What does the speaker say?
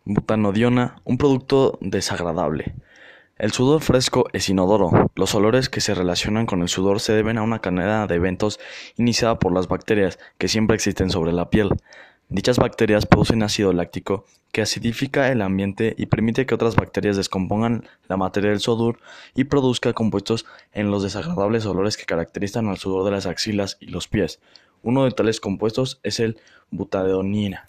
Butanodiona, un producto desagradable. El sudor fresco es inodoro. Los olores que se relacionan con el sudor se deben a una cadena de eventos iniciada por las bacterias que siempre existen sobre la piel. Dichas bacterias producen ácido láctico que acidifica el ambiente y permite que otras bacterias descompongan la materia del sudor y produzca compuestos en los desagradables olores que caracterizan al sudor de las axilas y los pies. Uno de tales compuestos es el butadienina.